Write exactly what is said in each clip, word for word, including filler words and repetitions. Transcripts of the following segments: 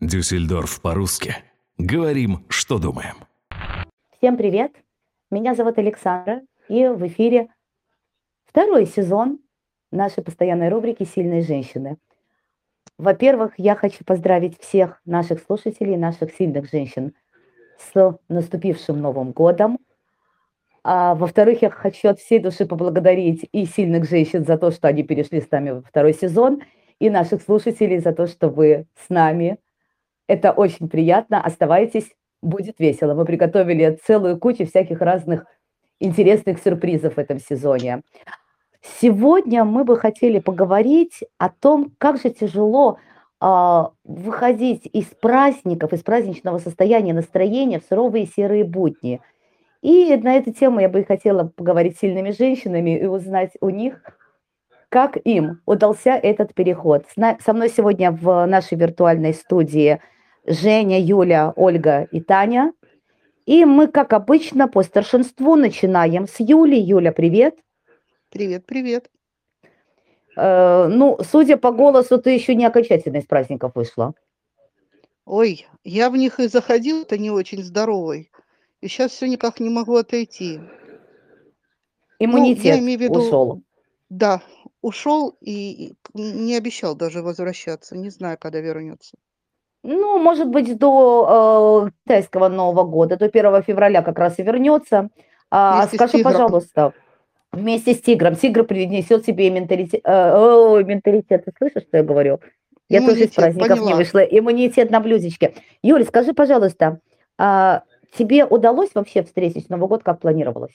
Дюссельдорф по-русски. Говорим, что думаем. Всем привет! Меня зовут Александра, и в эфире второй сезон нашей постоянной рубрики «Сильные женщины». Во-первых, я хочу поздравить всех наших слушателей, наших сильных женщин с наступившим Новым годом. А во-вторых, я хочу от всей души поблагодарить и сильных женщин за то, что они перешли с нами во второй сезон, и наших слушателей за то, что вы с нами. Это очень приятно. Оставайтесь, будет весело. Мы приготовили целую кучу всяких разных интересных сюрпризов в этом сезоне. Сегодня мы бы хотели поговорить о том, как же тяжело э, выходить из праздников, из праздничного состояния, настроения в суровые серые будни. И на эту тему я бы хотела поговорить с сильными женщинами и узнать у них, как им удался этот переход. Со мной сегодня в нашей виртуальной студии Женя, Юля, Ольга и Таня. И мы, как обычно, по старшинству начинаем с Юли. Юля, привет. Привет, привет. Э, ну, судя по голосу, ты еще не окончательно из праздников вышла. Ой, я в них и заходила-то не очень здоровой. И сейчас все никак не могу отойти. Иммунитет ну, я имею в виду, ушел. Да, ушел и не обещал даже возвращаться. Не знаю, когда вернется. Ну, может быть, до э, китайского Нового года, до первого февраля как раз и вернется. А, Вместе с скажи, тигром. пожалуйста, вместе с тигром. Тигр принесет себе менталитет. Э, о, менталитет, ты слышишь, что я говорю? Я тоже из Иммунитет, праздников не поняла. вышла. Иммунитет на блюдечке. Юль, скажи, пожалуйста, а тебе удалось вообще встретить Новый год, как планировалось?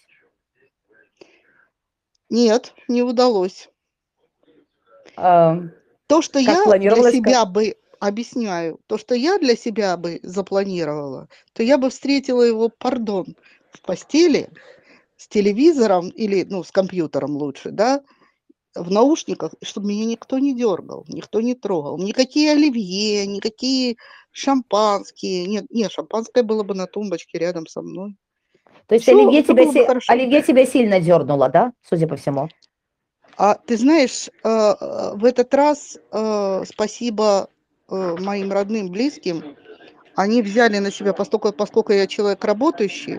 Нет, не удалось. А, То, что как я для планировалось? Как... себя бы, объясняю, то, что я для себя бы запланировала, то я бы встретила его, пардон, в постели, с телевизором или, ну, с компьютером лучше, да, в наушниках, чтобы меня никто не дергал, никто не трогал. Никакие оливье, никакие шампанские. Нет, нет, шампанское было бы на тумбочке рядом со мной. То есть Всё, оливье всё тебя, было бы си... хорошо. оливье тебя сильно дернуло, да, судя по всему? А ты знаешь, э, э, в этот раз, э, спасибо э, моим родным, близким, они взяли на себя, поскольку, поскольку я человек работающий,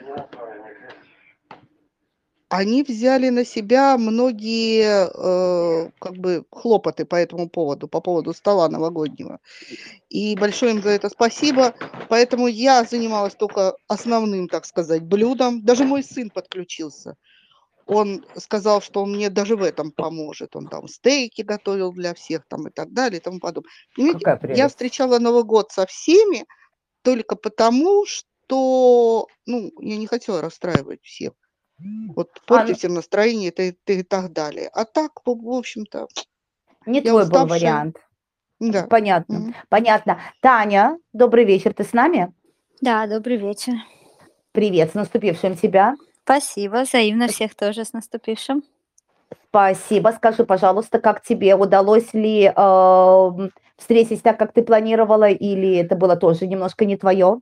они взяли на себя многие э, как бы хлопоты по этому поводу, по поводу стола новогоднего. И большое им за это спасибо. Поэтому я занималась только основным, так сказать, блюдом. Даже мой сын подключился. Он сказал, что он мне даже в этом поможет. Он там стейки готовил для всех там и так далее и тому подобное. Понимаете, Какая я прелесть. встречала Новый год со всеми только потому, что, ну, я не хотела расстраивать всех. Вот А, портить всем настроение и, и, и так далее. А так, в в общем-то, не я твой был уставшая. вариант. Да. Понятно, Мгм. понятно. Таня, добрый вечер, ты с нами? Да, добрый вечер. Привет, с наступившим тебя. Спасибо, взаимно всех тоже с наступившим. Спасибо. Скажи, пожалуйста, как тебе? Удалось ли э, встретить так, как ты планировала, или это было тоже немножко не твое?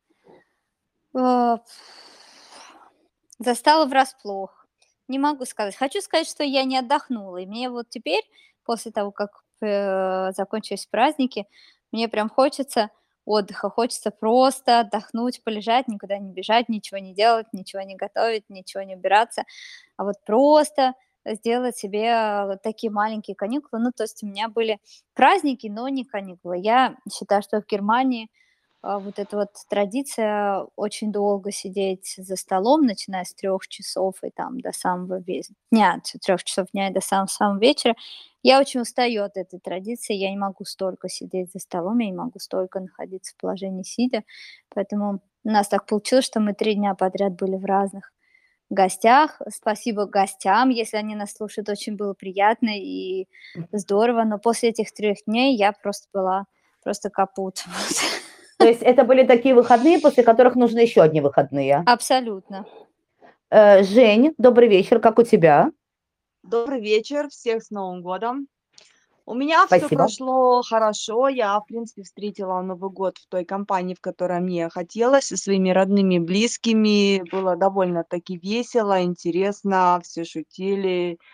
Э, Застала врасплох. Не могу сказать. Хочу сказать, что я не отдохнула. И мне вот теперь, после того, как э, закончились праздники, мне прям хочется отдыха. Хочется просто отдохнуть, полежать, никуда не бежать, ничего не делать, ничего не готовить, ничего не убираться. А вот просто сделать себе вот такие маленькие каникулы. Ну, то есть у меня были праздники, но не каникулы. Я считаю, что в Германии а, вот эта вот традиция очень долго сидеть за столом, начиная с трех часов и там до самого ве- дня, с трех часов дня и до самого, самого вечера. Я очень устаю от этой традиции, я не могу столько сидеть за столом, я не могу столько находиться в положении сидя, поэтому у нас так получилось, что мы три дня подряд были в разных гостях. Спасибо гостям, если они нас слушают, очень было приятно и здорово, но после этих трех дней я просто была просто капут. То есть это были такие выходные, после которых нужны еще одни выходные? Абсолютно. Э, Жень, добрый вечер, как у тебя? Добрый вечер, всех с Новым годом. У меня все Спасибо. прошло хорошо. Я, в принципе, встретила Новый год в той компании, в которой мне хотелось, со своими родными, близкими. Было довольно-таки весело, интересно, все шутили.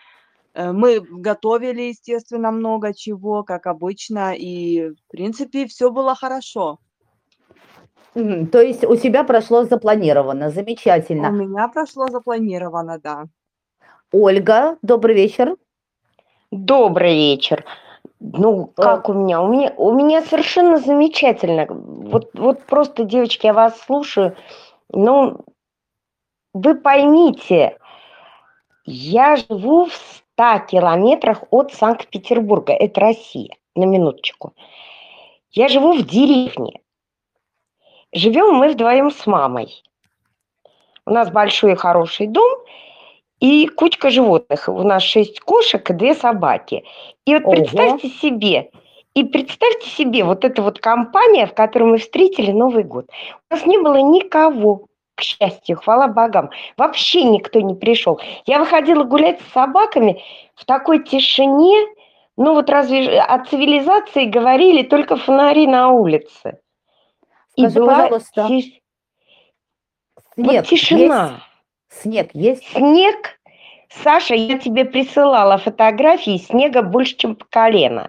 Э, Мы готовили, естественно, много чего, как обычно, и, в принципе, все было хорошо. Мгм. То есть у тебя прошло запланировано. У Замечательно. меня прошло запланировано, да. Ольга, добрый вечер. Добрый вечер. Ну, Э, как у меня? У меня, у меня совершенно замечательно. Вот, вот просто, девочки, я вас слушаю. Ну, вы поймите, я живу в ста километрах от Санкт-Петербурга. Это Россия, на минуточку. Я живу в деревне. Живем мы вдвоем с мамой. У нас большой и хороший дом и кучка животных. У нас шесть кошек и две собаки. И вот Ого. представьте себе, и представьте себе вот эта вот компания, в которой мы встретили Новый год. У нас не было никого, к счастью, хвала богам. Вообще никто не пришел. Я выходила гулять с собаками в такой тишине. Ну вот разве ж- о цивилизации говорили только фонари на улице. И Скажи, была пожалуйста, тиш- вот снег есть? тишина. Снег есть? Снег, Саша, я тебе присылала фотографии, снега больше, чем по колено.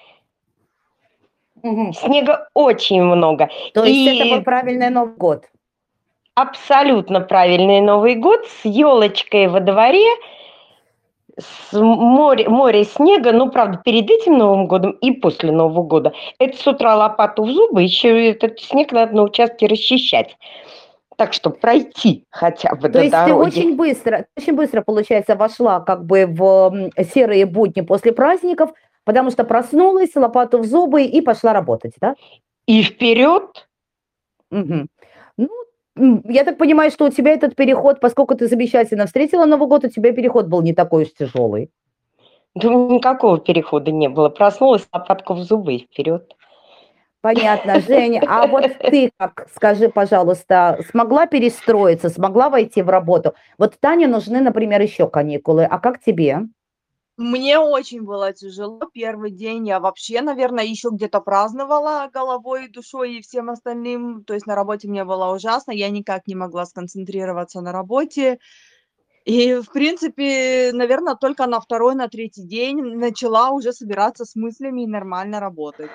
Мгм. Снега очень много. То есть это был И правильный Новый год. абсолютно правильный Новый год с елочкой во дворе, с море, море снега, ну, правда, перед этим Новым годом и после Нового года. Это с утра лопату в зубы, еще этот снег надо на участке расчищать. Так что пройти хотя бы То до есть ты дороги. очень быстро, очень быстро, получается, вошла как бы в м, серые будни после праздников, потому что проснулась, лопату в зубы и пошла работать, да? И вперед. Мгм. Ну, м, я так понимаю, что у тебя этот переход, поскольку ты замечательно встретила Новый год, у тебя переход был не такой уж тяжелый. Да никакого перехода не было. Проснулась, лопатку в зубы и вперед. Понятно, Женя. А вот ты как, скажи, пожалуйста, смогла перестроиться, смогла войти в работу? Вот Тане нужны, например, еще каникулы. А как тебе? Мне очень было тяжело. Первый день я вообще, наверное, еще где-то праздновала головой, душой и всем остальным. То есть на работе мне было ужасно. Я никак не могла сконцентрироваться на работе. И, в принципе, наверное, только на второй, на третий день начала уже собираться с мыслями и нормально работать.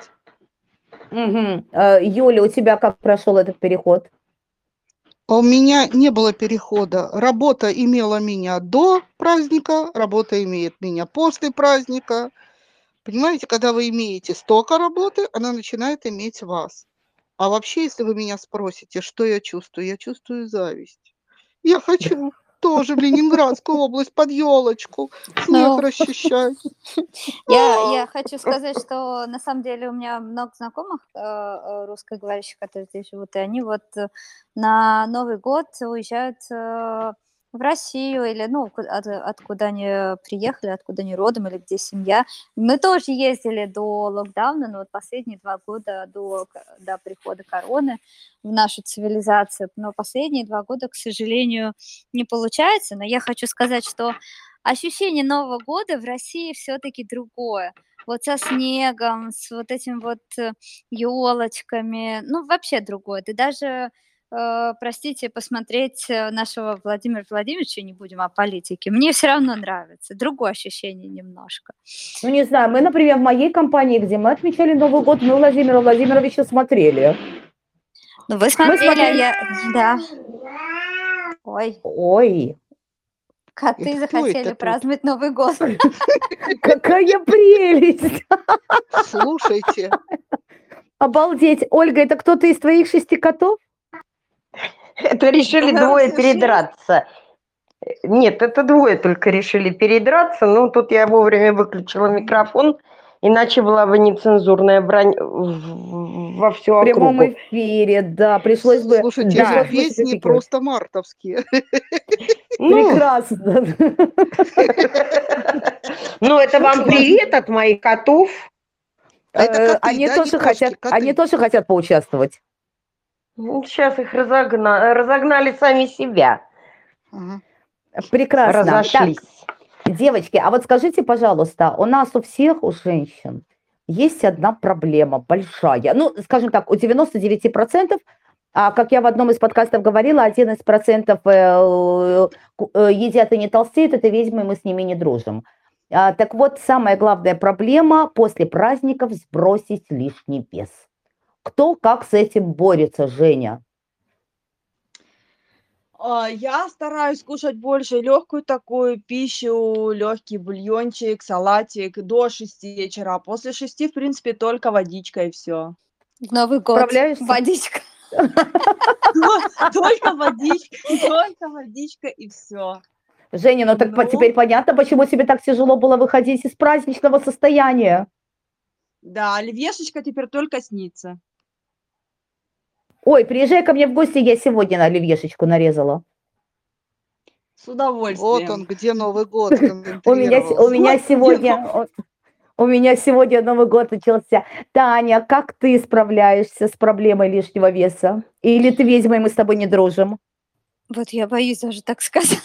Мгм. Э, Юля, у тебя как прошел этот переход? А у меня не было перехода. Работа имела меня до праздника, работа имеет меня после праздника. Понимаете, когда вы имеете столько работы, она начинает иметь вас. А вообще, если вы меня спросите, что я чувствую, я чувствую зависть. Я хочу тоже в Ленинградскую область под елочку снег Ну, расчищать. я, я хочу сказать, что на самом деле у меня много знакомых э, э, русскоговорящих, которые здесь живут, и они вот э, на Новый год уезжают э, в Россию или, ну, ку- от- откуда они приехали, откуда они родом или где семья. Мы тоже ездили до локдауна, но вот последние два года до, к- до прихода короны в нашу цивилизацию, но последние два года, к сожалению, не получается. Но я хочу сказать, что ощущение Нового года в России все-таки другое. Вот со снегом, с вот этим вот елочками, ну вообще другое. Ты даже, э, простите, посмотреть э, нашего Владимира Владимировича, не будем о политике, мне все равно нравится. Другое ощущение немножко. Ну, не знаю, мы, например, в моей компании, где мы отмечали Новый год, мы Владимира Владимировича смотрели. Ну вы Мы смотрели, а смотрели... я... Да. Ой, Ой, коты Это кто захотели это тут? праздновать Новый год. какая прелесть! Слушайте, Обалдеть. Ольга, это кто-то из твоих шести котов? Это решили Да, двое все шесть. передраться. Нет, это двое только решили передраться. Ну, тут я вовремя выключила микрофон, иначе была бы нецензурная брань в- во всю В прямом округу. эфире, да, пришлось бы... слушайте, Да. пришлось бы песни запикивать. просто мартовские. Ну, Прекрасно. ну, это вам Ладно. привет от моих котов. А это Э, коты, Они да, не тоже кошки, хотят, коты. они тоже хотят поучаствовать. Сейчас их разогна- разогнали сами себя. Ага. Прекрасно. Разошлись. Так, девочки, а вот скажите, пожалуйста, у нас у всех, у женщин, есть одна проблема большая. Ну, скажем так, у девяноста девяти процентов, а, как я в одном из подкастов говорила, один из процентов э, ку- э, едят и не толстеют, это ведьмы, и мы с ними не дружим. А, так вот, самая главная проблема после праздников – сбросить лишний вес. Кто как с этим борется, Женя? А, Я стараюсь кушать больше легкую такую пищу, легкий бульончик, салатик до шести вечера. После шести, в принципе, только водичка и все. Новый год. Справляешься? Водичка. Только водичка, только водичка и все. Женя, ну так по- Ну? теперь понятно, почему тебе так тяжело было выходить из праздничного состояния. Да, оливьешечка теперь только снится. Ой, приезжай ко мне в гости, я сегодня на оливьешечку нарезала. С удовольствием. Вот он, где Новый год У меня, се- у сконцентрировался. меня Вот сегодня, у у меня сегодня Новый год начался. Таня, как ты справляешься с проблемой лишнего веса? Или ты ведьма, и мы с тобой не дружим? Вот я боюсь даже так сказать.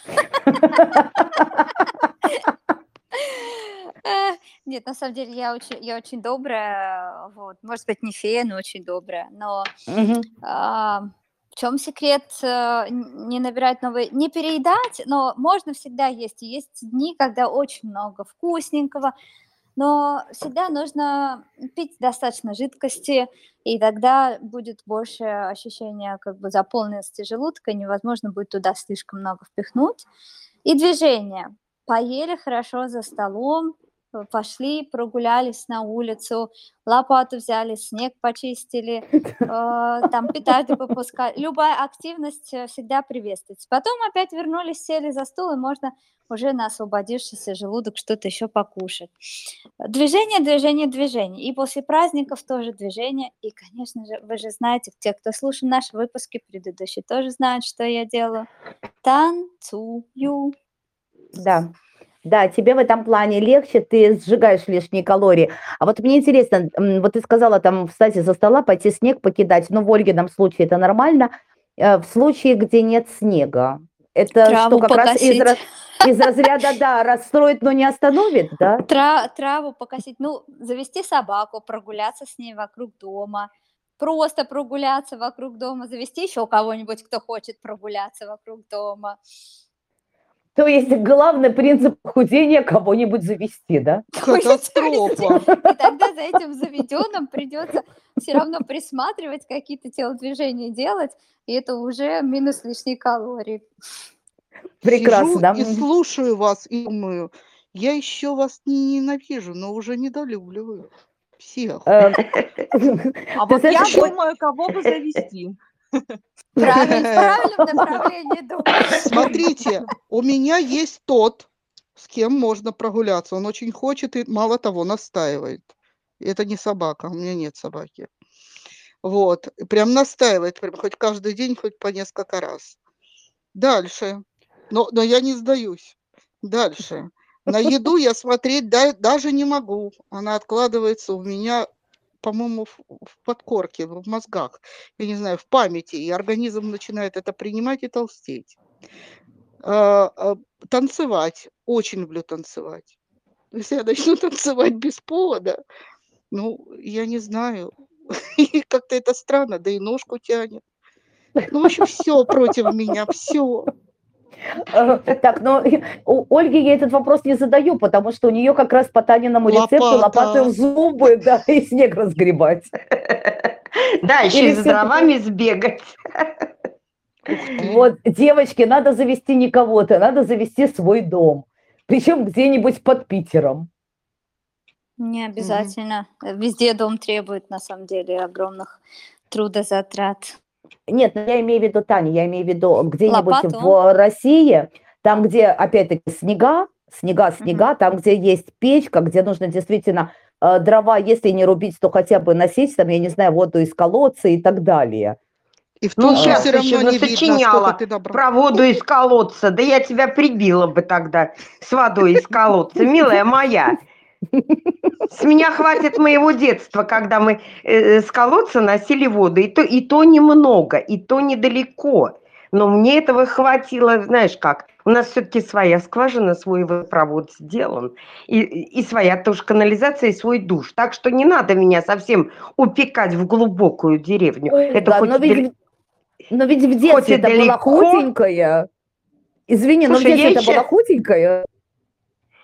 Э, Нет, на самом деле я очень, я очень добрая, вот, может быть, не фея, но очень добрая, но Мгм. а, в чем секрет э, н- не набирать новые, не переедать, но можно всегда есть, и есть дни, когда очень много вкусненького, но всегда нужно пить достаточно жидкости, и тогда будет больше ощущения как бы заполненности желудка, невозможно будет туда слишком много впихнуть. И движение. Поели хорошо за столом, э, пошли, прогулялись на улицу, лопату взяли, снег почистили, э, там петарды попускали. Любая активность э, всегда приветствуется. Потом опять вернулись, сели за стол, и можно уже на освободившийся желудок что-то еще покушать. Движение, движение, движение. И после праздников тоже движение. И, конечно же, вы же знаете, те, кто слушал наши выпуски предыдущие, тоже знают, что я делаю. Танцую. Да. Да, тебе в этом плане легче, ты сжигаешь лишние калории. А вот мне интересно, м, вот ты сказала там встать из-за стола, пойти снег покидать, ну, в Ольгином случае это нормально. Э, В случае, где нет снега, это что, Траву как раз из, покосить. раз- из разряда, да, расстроит, но не остановит, да? Тра- траву покосить. Ну, завести собаку, прогуляться с ней вокруг дома. Просто прогуляться вокруг дома. Завести еще кого-нибудь, кто хочет прогуляться вокруг дома. То есть главный принцип похудения – кого-нибудь завести, да? Катастрофа. И тогда за этим заведенным придется все равно присматривать, какие-то телодвижения делать, и это уже минус лишние калории. Прекрасно. Сижу и слушаю вас и думаю, я еще вас не ненавижу, но уже недолюбливаю. Всех. Э, А Ты вот я знаешь, вот- думаю, кого бы завести. Правильно, в правильном направлении думаешь. Смотрите, у меня есть тот, с кем можно прогуляться. Он очень хочет и, мало того, настаивает. Это не собака, у меня нет собаки. Вот, прям настаивает, прям хоть каждый день, хоть по несколько раз. Дальше. Но, но я не сдаюсь. Дальше. На еду я смотреть да- даже не могу. Она откладывается у меня, по-моему, в, в подкорке, в мозгах. Я не знаю, в памяти. И организм начинает это принимать и толстеть. А, а, танцевать. Очень люблю танцевать. Если я начну танцевать без повода, ну, я не знаю. И как-то это странно, да и ножку тянет. Ну, в общем, все против меня, все. Э, Так, но у Ольги я этот вопрос не задаю, потому что у нее как раз по Таниному рецепту Лопата. лопаты в зубы, да, и снег разгребать. Да, еще Или и за всё-таки- дровами сбегать. Вот, девочки, надо завести не кого-то, надо завести свой дом. Причем где-нибудь под Питером. Не обязательно. Везде дом требует, на самом деле, огромных трудозатрат. Нет, ну я имею в виду, Таня, я имею в виду где-нибудь Лопату. в России, там, где, опять-таки, снега, снега, снега, там, где есть печка, где нужно действительно э, дрова, если не рубить, то хотя бы носить, там, я не знаю, воду из колодца и так далее. И в Ну, Туле сейчас все еще равно не видно, насочиняла сколько ты добра. про воду из колодца. Да я тебя прибила бы тогда с водой из колодца, милая моя. С меня хватит моего детства, когда мы э, с колодца носили воду. И то, и то немного, и то недалеко. Но мне этого хватило, знаешь как, у нас все-таки своя скважина, свой водопровод сделан, и, и своя тоже канализация, и свой душ. Так что не надо меня совсем упекать в глубокую деревню. Это Ольга, хоть но и ведь, дал- в- но ведь в хоть детстве и это была далеко. худенькая. Извини, но в Слушай, детстве я это была щас- худенькая.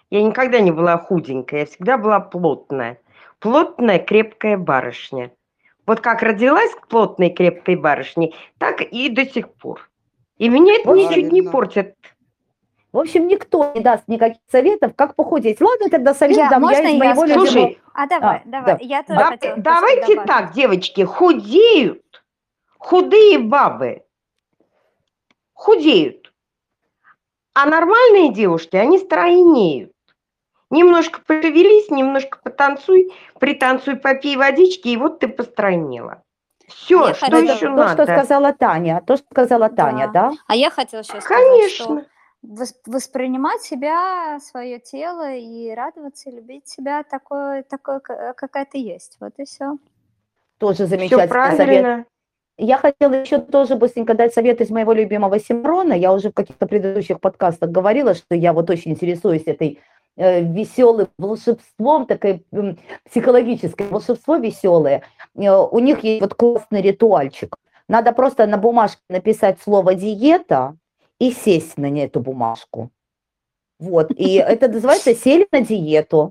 Я никогда не была худенькая, я всегда была плотная. Плотная, крепкая барышня. Вот как родилась плотной, крепкой барышней, так и до сих пор. И меня это В общем, ничуть не Правильно. портит. в общем, никто не даст никаких советов, как похудеть. Ладно, тогда совет Я, дам я можно из я моего скажу? любимого... Слушай, А давай, А, давай, да. я тоже да- хотела кое-что давайте добавить. так, девочки, худеют, худые бабы худеют, а нормальные девушки, они стройнеют. Немножко пошевелись, немножко потанцуй, пританцуй, попей водички, и вот ты постройнела. А Все, я что Ну, это еще хотела, то, что надо? сказала Таня, то, что сказала Таня, да, да? а я хотела еще сказать, что Конечно. вос- воспринимать себя, свое тело и радоваться, и любить себя такой, такой, ка- какая ты есть. Вот и все. Тоже Все замечательный совет. правильно. Я хотела еще тоже быстренько дать совет из моего любимого Симрона. Я уже в каких-то предыдущих подкастах говорила, что я вот очень интересуюсь этой э, веселым волшебством, такое м, психологическое волшебство веселое. Э, у них есть вот классный ритуальчик. Надо просто на бумажке написать слово «диета» и сесть на эту бумажку. Вот, и это называется «сели на диету».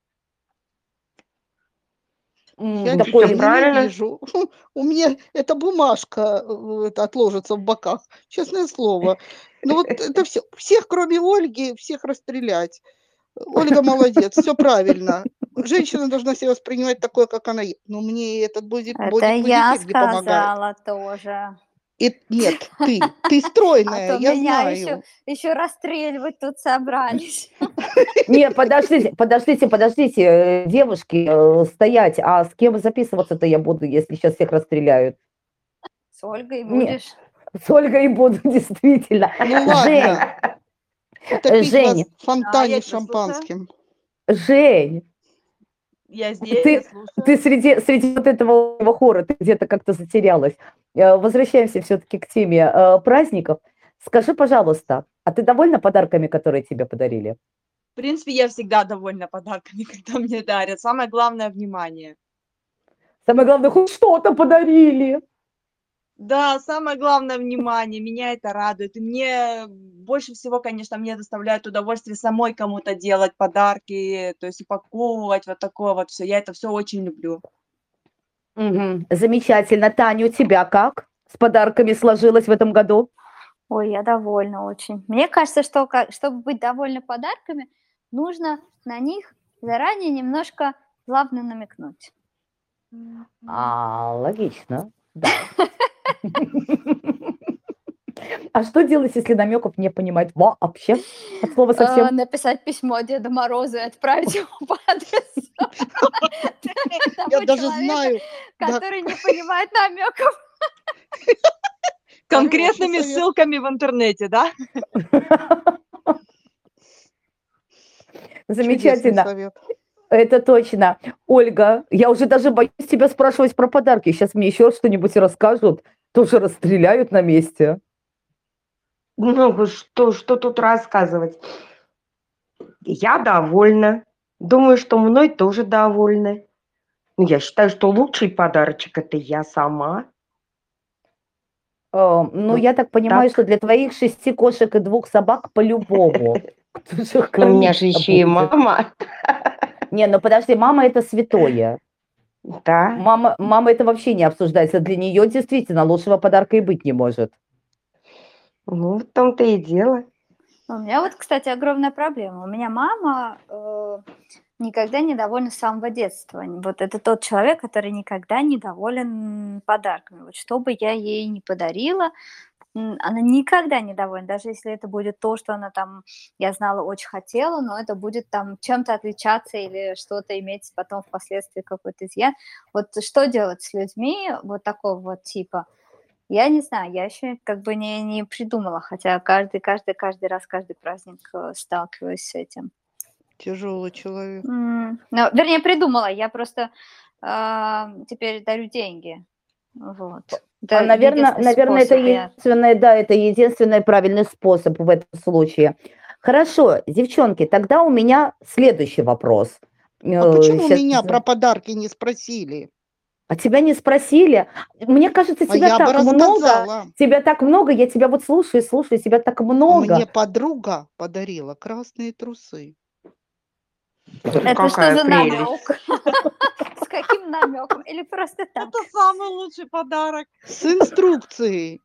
М, Я Такой тебя Все правильно. ненавижу. У меня эта бумажка э, это, отложится в боках. Честное слово. Ну вот это все. Всех, кроме Ольги, всех расстрелять. Ольга молодец, все правильно. Женщина должна себя воспринимать такой, как она есть. Но мне этот боди- Это я бодипозитив не помогает. сказала тоже. И, нет, ты. Ты А стройная, то я меня еще, знаю. еще расстреливать тут собрались. Не, подождите, подождите, подождите, э, девушки, э, стоять. А с кем записываться-то я буду, если сейчас всех расстреляют? С Ольгой Нет, будешь. с Ольгой буду, действительно. Ну Жень, ладно, утопить вас Жень, в Да, фонтане я с тебя слушаю. шампанским. Жень, Я здесь, я ты, ты слушаю. среди, среди вот этого хора, ты где-то как-то затерялась. Э, Возвращаемся все-таки к теме э, праздников. Скажи, пожалуйста, а ты довольна подарками, которые тебе подарили? В принципе, я всегда довольна подарками, когда мне дарят. Самое главное — внимание. Самое главное, хоть что-то подарили. Да, самое главное — внимание. Меня это радует. И мне больше всего, конечно, мне доставляет удовольствие самой кому-то делать подарки, то есть упаковывать вот такое вот все. Я это все очень люблю. Мгм, замечательно. Таня, у тебя как с подарками сложилось в этом году? Ой, я довольна очень. Мне кажется, что ка- чтобы быть довольна подарками, нужно на них заранее немножко плавно намекнуть. А, логично, да. А что делать, если намеков не понимать вообще? От слова Э, совсем. Написать письмо Деду Морозу и отправить его по адресу Я того даже человека, знаю. Да, который не понимает намеков. Конкретными хороший совет. ссылками в интернете, да? Чудесный Замечательно. совет. Это точно. Ольга, я уже даже боюсь тебя спрашивать про подарки. Сейчас мне еще что-нибудь расскажут, тоже расстреляют на месте. Ну, что, что тут рассказывать? Я довольна. Думаю, что мной тоже довольны. Ну, я считаю, что лучший подарочек – это я сама. Э, Ну, Ну, я так понимаю, так. что для твоих шести кошек и двух собак по-любому. Кто же их Но у меня же кормить-то еще и будет? мама. Не, ну подожди, мама это святое. Да. Мама, мама это вообще не обсуждается. Для нее действительно лучшего подарка и быть не может. Ну, в том-то и дело. У меня вот, кстати, огромная проблема. У меня мама э, никогда не довольна с самого детства. Вот это тот человек, который никогда не доволен подарками. Вот что бы я ей не подарила, м, она никогда не довольна. Даже если это будет то, что она там, я знала, очень хотела, но это будет там чем-то отличаться или что-то иметь потом впоследствии какой-то изъян. Вот что делать с людьми вот такого вот типа? Я не знаю, я еще как бы не, не придумала, хотя каждый, каждый, каждый раз, каждый праздник э, сталкиваюсь с этим. Тяжелый человек. М, Ну, вернее, придумала, я просто а, теперь дарю деньги. Вот. Это А, наверное, единственный наверное, это способ, я- единственный, да, это единственный правильный способ в этом случае. Хорошо, девчонки, тогда у меня следующий вопрос. А Э, почему щас- меня про подарки не спросили? А тебя не спросили? Мне кажется, А тебя я бы так много, рассказала. тебя так много, я тебя вот слушаю, слушаю, тебя так А много. мне подруга подарила красные трусы. Это что Какая за прелесть. намек? С каким намеком? Или просто так? Это самый лучший подарок. С инструкцией.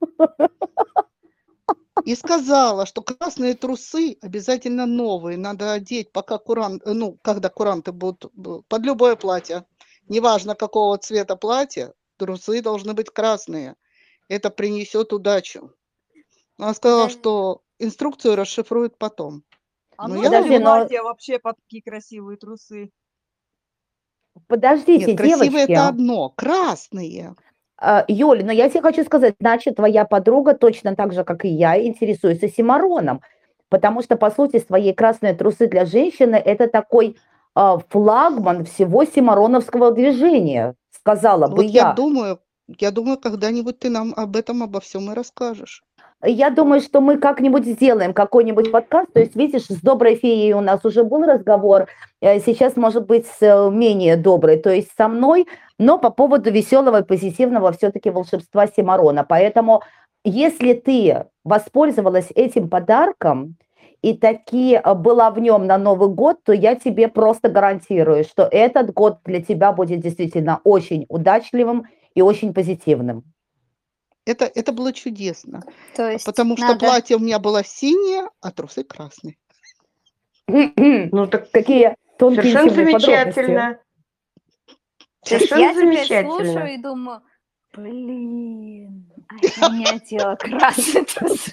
И сказала, что красные трусы обязательно новые, надо одеть, пока курант, ну, когда куранты будут, б- под любое платье. Неважно, какого цвета платье, трусы должны быть красные. Это принесет удачу. Она сказала, Подожди. что инструкцию расшифруют потом. А Ну, ну я ли Подожди, но платье вообще под такие красивые трусы? подождите, Нет, красивые девочки. это одно, красные. А, Юль, но я тебе хочу сказать, значит, твоя подруга точно так же, как и я, интересуется симароном. Потому что, по сути, свои красные трусы для женщины – это такой а, флагман всего симароновского движения, сказала бы Вот я я. думаю, я думаю, когда-нибудь ты нам об этом обо всем и расскажешь. Я думаю, что мы как-нибудь сделаем какой-нибудь подкаст. То есть, видишь, с доброй феей у нас уже был разговор. э, Сейчас, может быть, с э, менее доброй, то есть со мной, но по поводу веселого и позитивного все-таки волшебства Симарона. Поэтому, если ты воспользовалась этим подарком и таки э, была в нем на Новый год, то я тебе просто гарантирую, что этот год для тебя будет действительно очень удачливым и очень позитивным. Это, это было чудесно, То есть потому что надо... платье у меня было синее, а трусы красные. Ну так Какие тонкие совершенно интимные подробности. замечательно. То есть Совершенно я теперь замечательно. слушаю и думаю, блин, а я не одела красные трусы.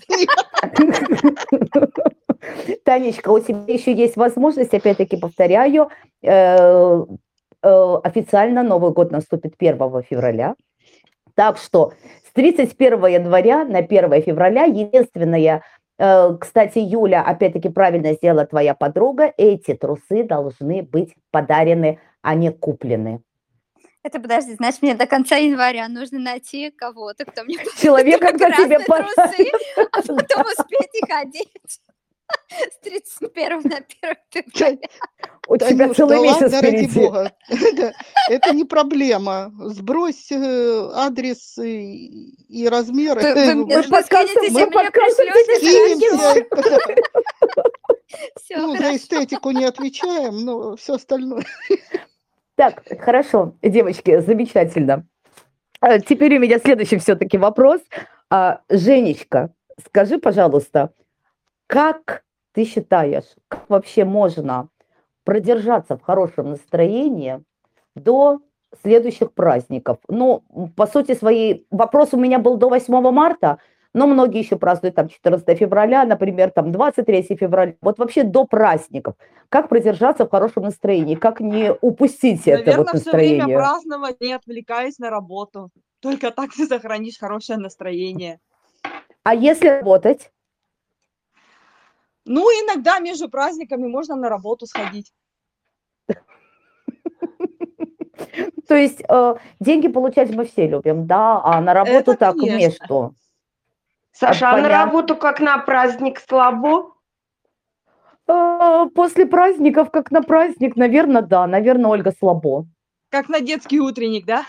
Танечка, у тебя еще есть возможность, опять-таки повторяю, э, э, официально Новый год наступит первого февраля. Так что с тридцать первого января на первое февраля, единственное, э, кстати, Юля, опять-таки правильно сделала твоя подруга, эти трусы должны быть подарены, а не куплены. Это, подожди, значит, мне до конца января нужно найти кого-то, кто мне купит Человека, кто тебе красные трусы, а потом успеть их одеть с тридцать первого на первое февраля. У тебя Танюш, целый да месяц ладно, ради впереди. бога. Это, это не проблема. Сбрось э, адрес и, и размеры. Вы, вы мне Мы подкинетесь, мы и мне подкастом пришлете Скинемся. Все, Ну, за хорошо. эстетику не отвечаем, но все остальное. Так, хорошо, девочки, замечательно. А Теперь у меня следующий все-таки вопрос. А, Женечка, скажи, пожалуйста, как ты считаешь, как вообще можно продержаться в хорошем настроении до следующих праздников? Ну, м, по сути своей, вопрос у меня был до восьмого марта, но многие еще празднуют там четырнадцатого февраля, например, там двадцать третьего февраля. Вот вообще до праздников. Как продержаться в хорошем настроении? Как не упустить это вот Наверное, все время настроение? праздновать, не отвлекаясь на работу. Только так ты сохранишь хорошее настроение. А если работать? Ну, иногда между праздниками можно на работу сходить. То есть э, деньги получать мы все любим, да, а на работу Это так мне конечно. что? Саша, а на понятно. работу как на праздник слабо? Э, После праздников, как на праздник, наверное, да, наверное, Ольга слабо. Как на детский утренник, да?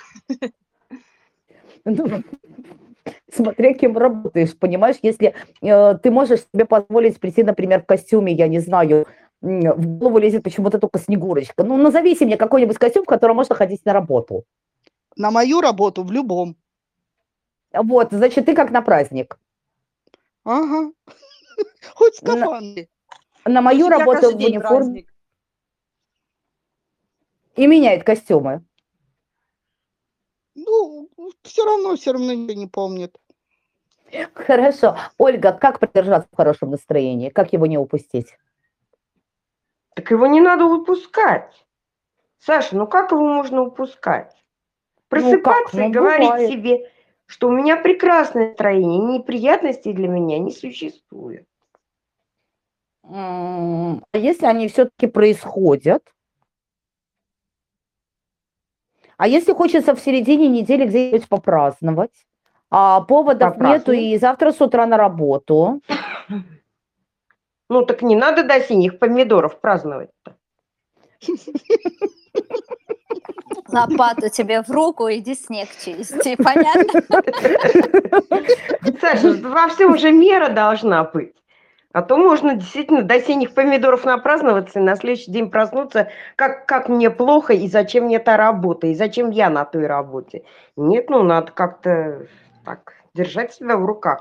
Ну, смотря кем работаешь, понимаешь, если э, ты можешь себе позволить прийти, например, в костюме, я не знаю, м, в голову лезет почему-то только Снегурочка. Ну, назовите мне какой-нибудь костюм, в котором можно ходить на работу. На мою работу в любом. Вот, значит, ты как на праздник. Ага. Хоть в На, скафандре. на мою У тебя работу каждый в день униформе праздник. и меняет костюмы. Ну, все равно, все равно никто не помнит. Хорошо. Ольга, как продержаться в хорошем настроении? Как его не упустить? Так его не надо упускать. Саша, ну как его можно упускать? Ну как? Просыпаться и Ну, говорить бывает. себе, что у меня прекрасное настроение, неприятностей для меня не существует. М, А если они все-таки происходят? А если хочется в середине недели где-нибудь попраздновать, а поводов нету, Попразднуй. и завтра с утра на работу? Ну так не надо до синих помидоров праздновать-то. Лопату тебе в руку, иди снег чисти, понятно? Саша, во всем же мера должна быть. А то можно действительно до синих помидоров напраздноваться и на следующий день проснуться, как, как мне плохо и зачем мне та работа, и зачем я на той работе. Нет, ну надо как-то так держать себя в руках.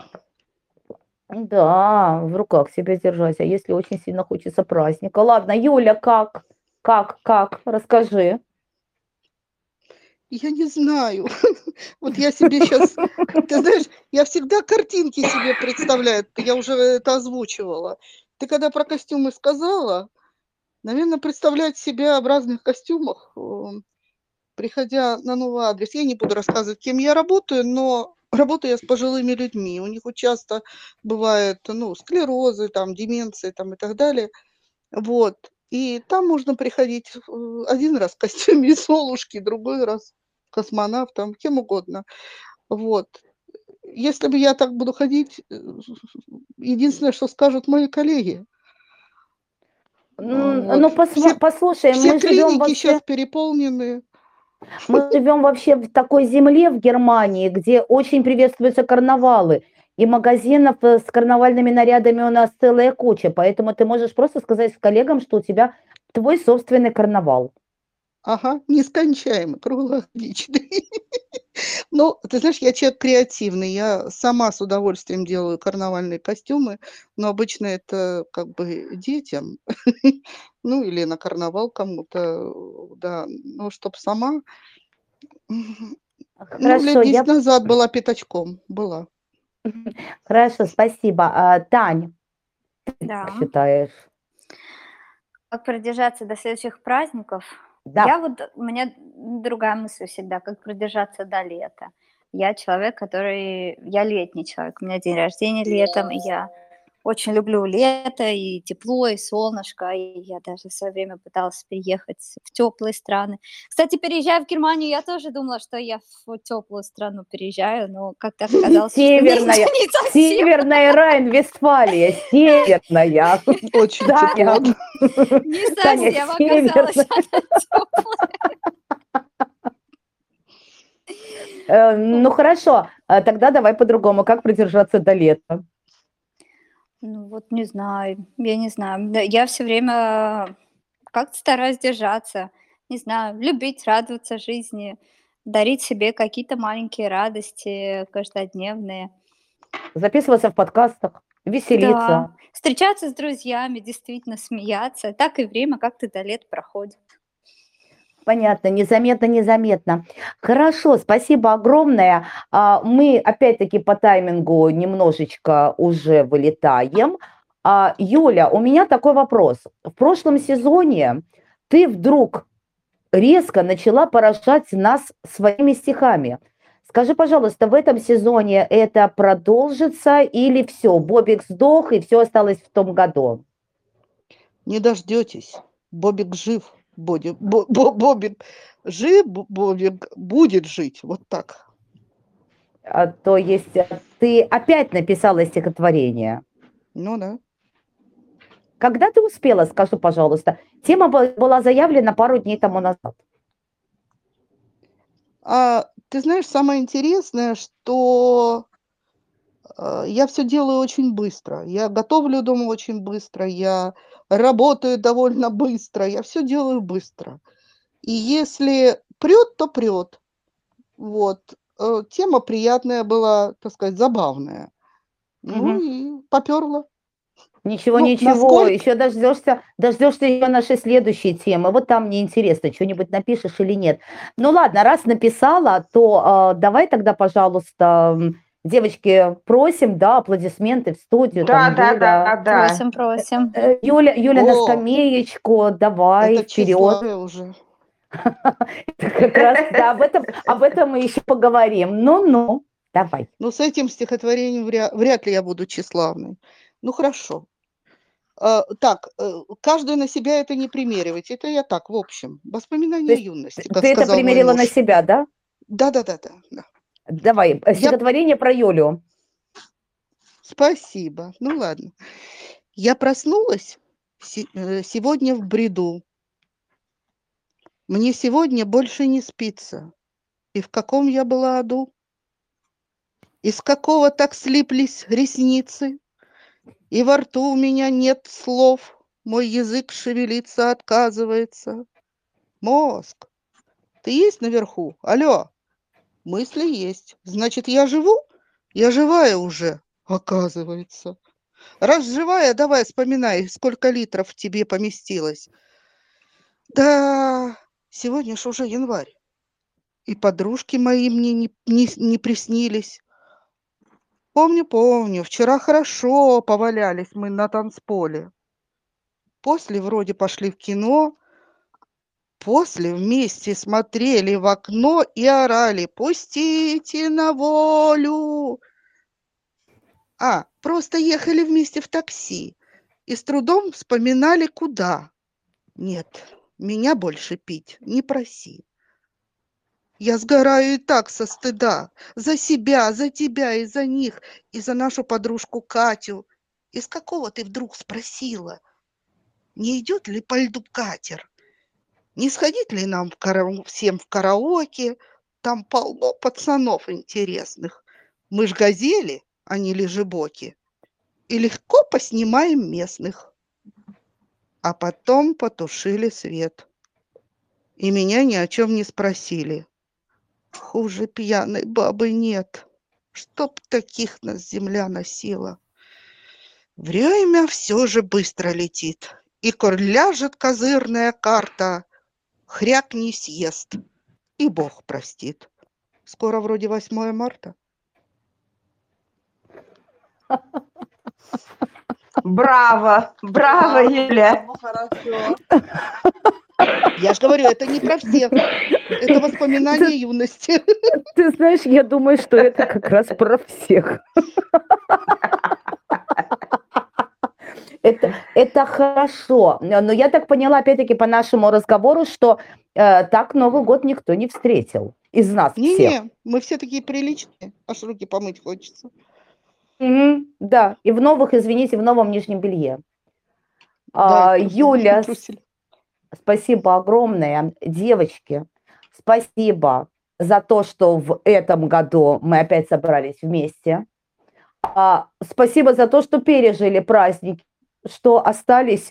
Да, в руках себя держать, а если очень сильно хочется праздника. Ладно, Юля, как? Как, как? Расскажи. Я не знаю. Вот я себе сейчас, ты знаешь, я всегда картинки себе представляю. Я уже это озвучивала. Ты когда про костюмы сказала, наверное, представлять себя в разных костюмах, э, приходя на новый адрес. Я не буду рассказывать, кем я работаю, но работаю я с пожилыми людьми. У них вот часто бывает, ну, склерозы, там, деменции, там, и так далее. Вот. И там можно приходить э, один раз в костюме Золушки, другой раз космонавтом, кем угодно. Вот. Если бы я так буду ходить, э, единственное, что скажут мои коллеги. э, М, Вот. Ну, посмо- Все, послушай, все мы живем клиники сейчас вообще, переполнены. мы живем вообще в такой земле в Германии, где очень приветствуются карнавалы. И магазинов э, с карнавальными нарядами у нас целая куча. Поэтому ты можешь просто сказать коллегам, что у тебя твой собственный карнавал. Ага, нескончаемый, круглогодичный. Ну, ты знаешь, я человек креативный, я сама с удовольствием делаю карнавальные костюмы, но обычно это как бы детям, ну или на карнавал кому-то, да, но чтоб сама, ну, Хорошо, лет десять я... назад была пятачком, была. Хорошо, спасибо. А, Тань, как Да. считаешь? Как продержаться до следующих праздников? Да. Я вот, у меня другая мысль всегда, как продержаться до лета. Я человек, который, я летний человек, у меня день рождения летом, и я очень люблю лето, и тепло, и солнышко, и я даже в свое время пыталась переехать в теплые страны. Кстати, переезжая в Германию, я тоже думала, что я в теплую страну переезжаю, но как-то оказалось, что не, Северная, не совсем. Северная Райн-Вестфалия, северная. Очень Таня, тепло. Не Таня, совсем оказалось северная. она теплая. Э, Ну хорошо, а тогда давай по-другому. Как продержаться до лета? Ну вот не знаю, я не знаю. Да, я все время как-то стараюсь держаться, не знаю, любить, радоваться жизни, дарить себе какие-то маленькие радости каждодневные. Записываться в подкастах, веселиться. Да, встречаться с друзьями, действительно смеяться. Так и время как-то до лет проходит. Понятно, незаметно, незаметно. Хорошо, спасибо огромное. А, Мы опять-таки по таймингу немножечко уже вылетаем. А, Юля, у меня такой вопрос. В прошлом сезоне ты вдруг резко начала поражать нас своими стихами. Скажи, пожалуйста, в этом сезоне это продолжится или все, Бобик сдох и все осталось в том году? Не дождетесь. Бобик жив. Боди, бо, бо- Бобик жив, Бо- Бобик будет жить. Вот так. А, То есть э, ты опять написала стихотворение. Ну да. Когда ты успела, скажи, пожалуйста? Тема ба- была заявлена пару дней тому назад. А ты знаешь, самое интересное, что э, я все делаю очень быстро. Я готовлю дома очень быстро, я работаю довольно быстро, я все делаю быстро. И если прет, то прет. Вот. Э, Тема приятная была, так сказать, забавная. Ну Мгм. и поперла. Ничего, Ну, ничего, насколько... еще дождешься, дождешься ее нашей следующей темы. Вот там мне интересно, что-нибудь напишешь или нет. Ну ладно, раз написала, то э, давай тогда, пожалуйста, м, девочки, просим, да, аплодисменты в студию, Да, там да, да, Юля, да. Просим, просим. э, Юля, Юля на О, скамеечку, давай, это вперед. тщеславие уже. Как раз, да, об этом, об этом мы еще поговорим. Ну-ну, давай. Ну, с этим стихотворением вряд, вряд ли я буду тщеславной. Ну, хорошо. Э, так, э, каждую на себя это не примеривать. Это я так, в общем. То Воспоминания есть юности, ты как ты это сказал мой примерила на муж. себя, да? Да-да-да-да. Да. Давай, э, Я... стихотворение про Юлю. Спасибо. Ну, ладно. Я проснулась се- э, сегодня в бреду. Мне сегодня больше не спится. И в каком я была аду? Из какого так слиплись ресницы? И во рту у меня нет слов, мой язык шевелиться отказывается. Мозг, ты есть наверху? Алло, мысли есть. Значит, я живу? Я живая уже, оказывается. Раз живая, давай вспоминай, сколько литров в тебе поместилось. Да, сегодня ж уже январь. И подружки мои мне не, не, не приснились. Помню, помню, вчера хорошо повалялись мы на танцполе. После вроде пошли в кино, после вместе смотрели в окно и орали «Пустите на волю!». А, просто ехали вместе в такси и с трудом вспоминали, куда. Нет, меня больше пить не проси. Я сгораю и так со стыда. За себя, за тебя и за них, и за нашу подружку Катю. Из какого ты вдруг спросила? Не идет ли по льду катер? Не сходить ли нам в кара... всем в караоке? Там полно пацанов интересных. Мы ж газели, а не лежебоки. И легко поснимаем местных. А потом потушили свет. И меня ни о чем не спросили. Хуже пьяной бабы нет. Чтоб таких нас земля носила. Время все же быстро летит. И коль ляжет козырная карта, хряк не съест, и Бог простит. Скоро вроде восьмое марта. Браво, браво, Юля. Ну, хорошо. Я же говорю, это не про всех. Это воспоминания юности. Ты знаешь, я думаю, что это как раз про всех. Это, это хорошо. Но я так поняла, опять-таки, по нашему разговору, что э, так Новый год никто не встретил из нас всех. Не-не, мы все такие приличные. Аж руки помыть хочется. Мгм, да, и в новых, извините, в новом нижнем белье. Да, А, и трусы, Юля, и трусель. спасибо огромное. Девочки, спасибо за то, что в этом году мы опять собрались вместе. А, спасибо за то, что пережили праздники, что остались,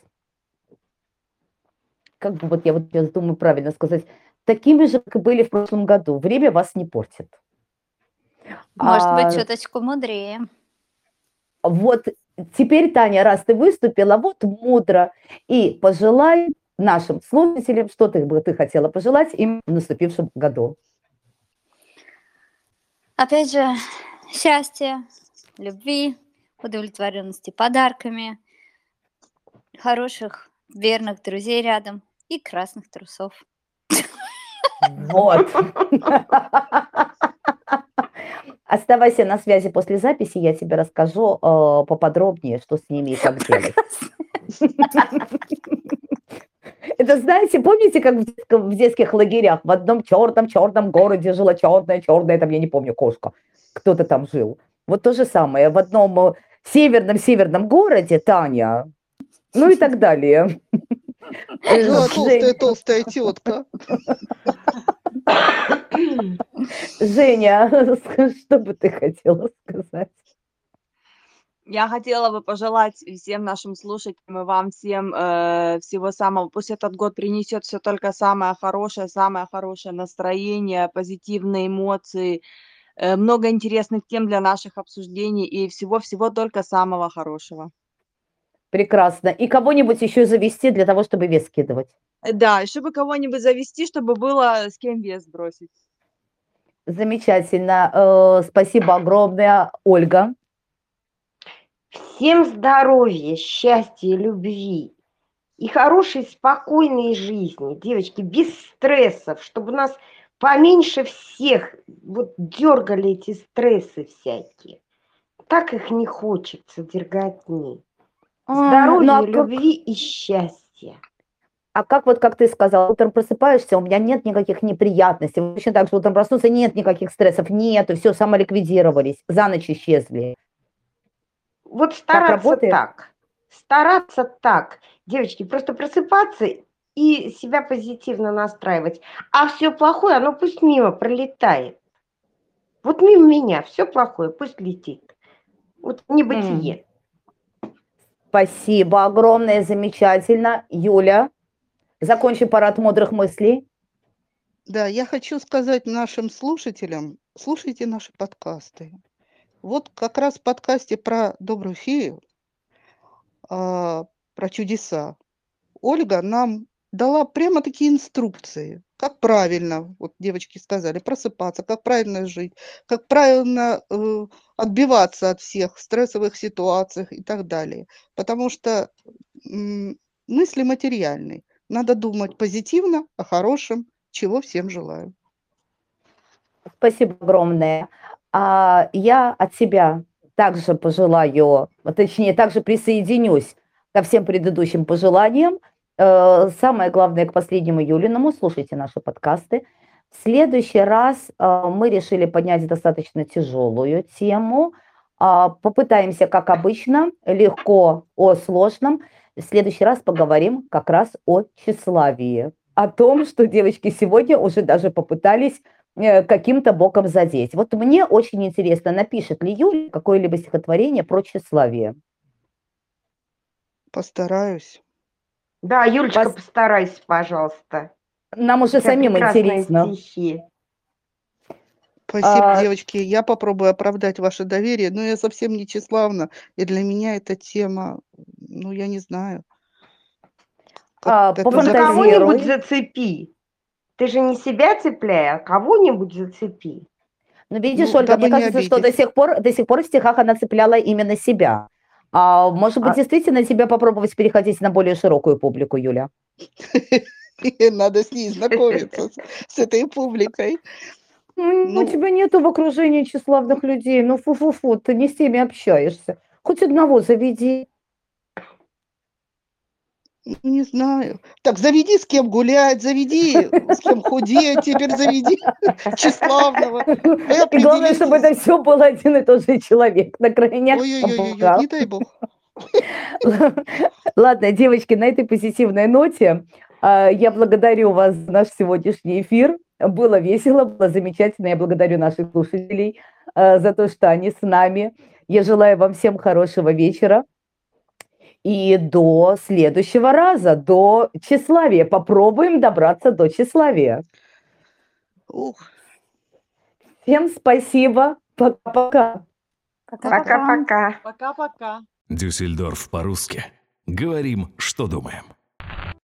как бы вот я вот сейчас думаю правильно сказать, такими же, как и были в прошлом году. Время вас не портит. Может быть, А, чуточку мудрее. вот теперь, Таня, раз ты выступила, вот мудро, и пожелай нашим слушателям, что ты бы ты хотела пожелать им в наступившем году. Опять же, счастья, любви, удовлетворенности подарками, хороших, верных друзей рядом и красных трусов. Вот. Оставайся на связи после записи, я тебе расскажу э, поподробнее, что с ними и как делать. Это, знаете, помните, как в, детском- в детских лагерях в одном черном-черном городе жила черная-черная, там, я не помню, кошка, кто-то там жил. Вот то же самое, в одном э, северном-северном городе, Таня, ну и так далее. Э, Жила Жень- толстая-толстая тетка. Женя, что бы ты хотела сказать? Я хотела бы пожелать всем нашим слушателям и вам всем э, всего самого. Пусть этот год принесет все только самое хорошее, самое хорошее настроение, позитивные эмоции, э, много интересных тем для наших обсуждений и всего-всего только самого хорошего. Прекрасно. И кого-нибудь еще завести для того, чтобы вес скидывать. Э, Да, и чтобы кого-нибудь завести, чтобы было с кем вес бросить. Замечательно. Э, Спасибо огромное, Ольга. Всем здоровья, счастья, любви и хорошей, спокойной жизни, девочки, без стрессов, чтобы нас поменьше всех вот дергали эти стрессы всякие. Так их не хочется, дерготни. А, Здоровья, ну а как, любви и счастья. а как вот, как ты сказала, утром просыпаешься, у меня нет никаких неприятностей. Точно так же утром проснуться, нет никаких стрессов, нету, все, самоликвидировались, за ночь исчезли. Вот Так стараться работает? так, стараться так, девочки, просто просыпаться и себя позитивно настраивать. А все плохое, оно пусть мимо пролетает. Вот мимо меня все плохое пусть летит. Вот М, небытие. Спасибо огромное, замечательно. Юля, закончи парад мудрых мыслей. Да, я хочу сказать нашим слушателям, слушайте наши подкасты. Вот как раз в подкасте про добрую фею, а, про чудеса, Ольга нам дала прямо такие инструкции, как правильно, вот девочки сказали, просыпаться, как правильно жить, как правильно э, отбиваться от всех стрессовых ситуаций и так далее. Потому что м, мысли материальны. Надо думать позитивно, о хорошем, чего всем желаю. Спасибо огромное. А, я от себя также пожелаю, а точнее, также присоединюсь ко всем предыдущим пожеланиям. Э, Самое главное, к последнему Юлиному, слушайте наши подкасты. В следующий раз э, мы решили поднять достаточно тяжелую тему. А, Попытаемся, как обычно, легко о сложном. В следующий раз поговорим как раз о тщеславии. О том, что девочки сегодня уже даже попытались э, каким-то боком задеть. Вот мне очень интересно, напишет ли Юля какое-либо стихотворение про тщеславие. Постараюсь. Да, Юлечка, Пос- постарайся, пожалуйста. Нам У уже тебя самим прекрасные интересно. стихи. Спасибо, А, девочки. Я попробую оправдать ваше доверие, но я совсем не тщеславна. И для меня эта тема, ну, я не знаю, а, как это Ну, закрыто. кого-нибудь Пофантазируй. зацепи. Ты же не себя цепляй, а кого-нибудь зацепи. Ну, видишь, Ну, Ольга, мне дабы не кажется, что до обидеть. сих пор, до сих пор в стихах она цепляла именно себя. А может быть, А, действительно тебе попробовать переходить на более широкую публику, Юля? Надо с ней знакомиться, с, с этой публикой. Ну, у Ну, тебя нету в окружении тщеславных людей. Ну, фу-фу-фу, ты не с теми общаешься. Хоть одного заведи. не знаю. Так, заведи, с кем гулять, заведи, с кем худеть, теперь заведи тщеславного. Вы И главное, чтобы это определитесь. все был один и тот же человек. На крайняк Ой-ой-ой, пока. не дай бог. Ладно, девочки, на этой позитивной ноте а, я благодарю вас за наш сегодняшний эфир. Было весело, было замечательно. Я благодарю наших слушателей а, за то, что они с нами. Я желаю вам всем хорошего вечера. И до следующего раза, до тщеславия. Попробуем добраться до тщеславия. Ух. Всем спасибо. Пока-пока. Пока-пока. Пока-пока. Пока-пока. Дюссельдорф по-русски. Говорим, что думаем.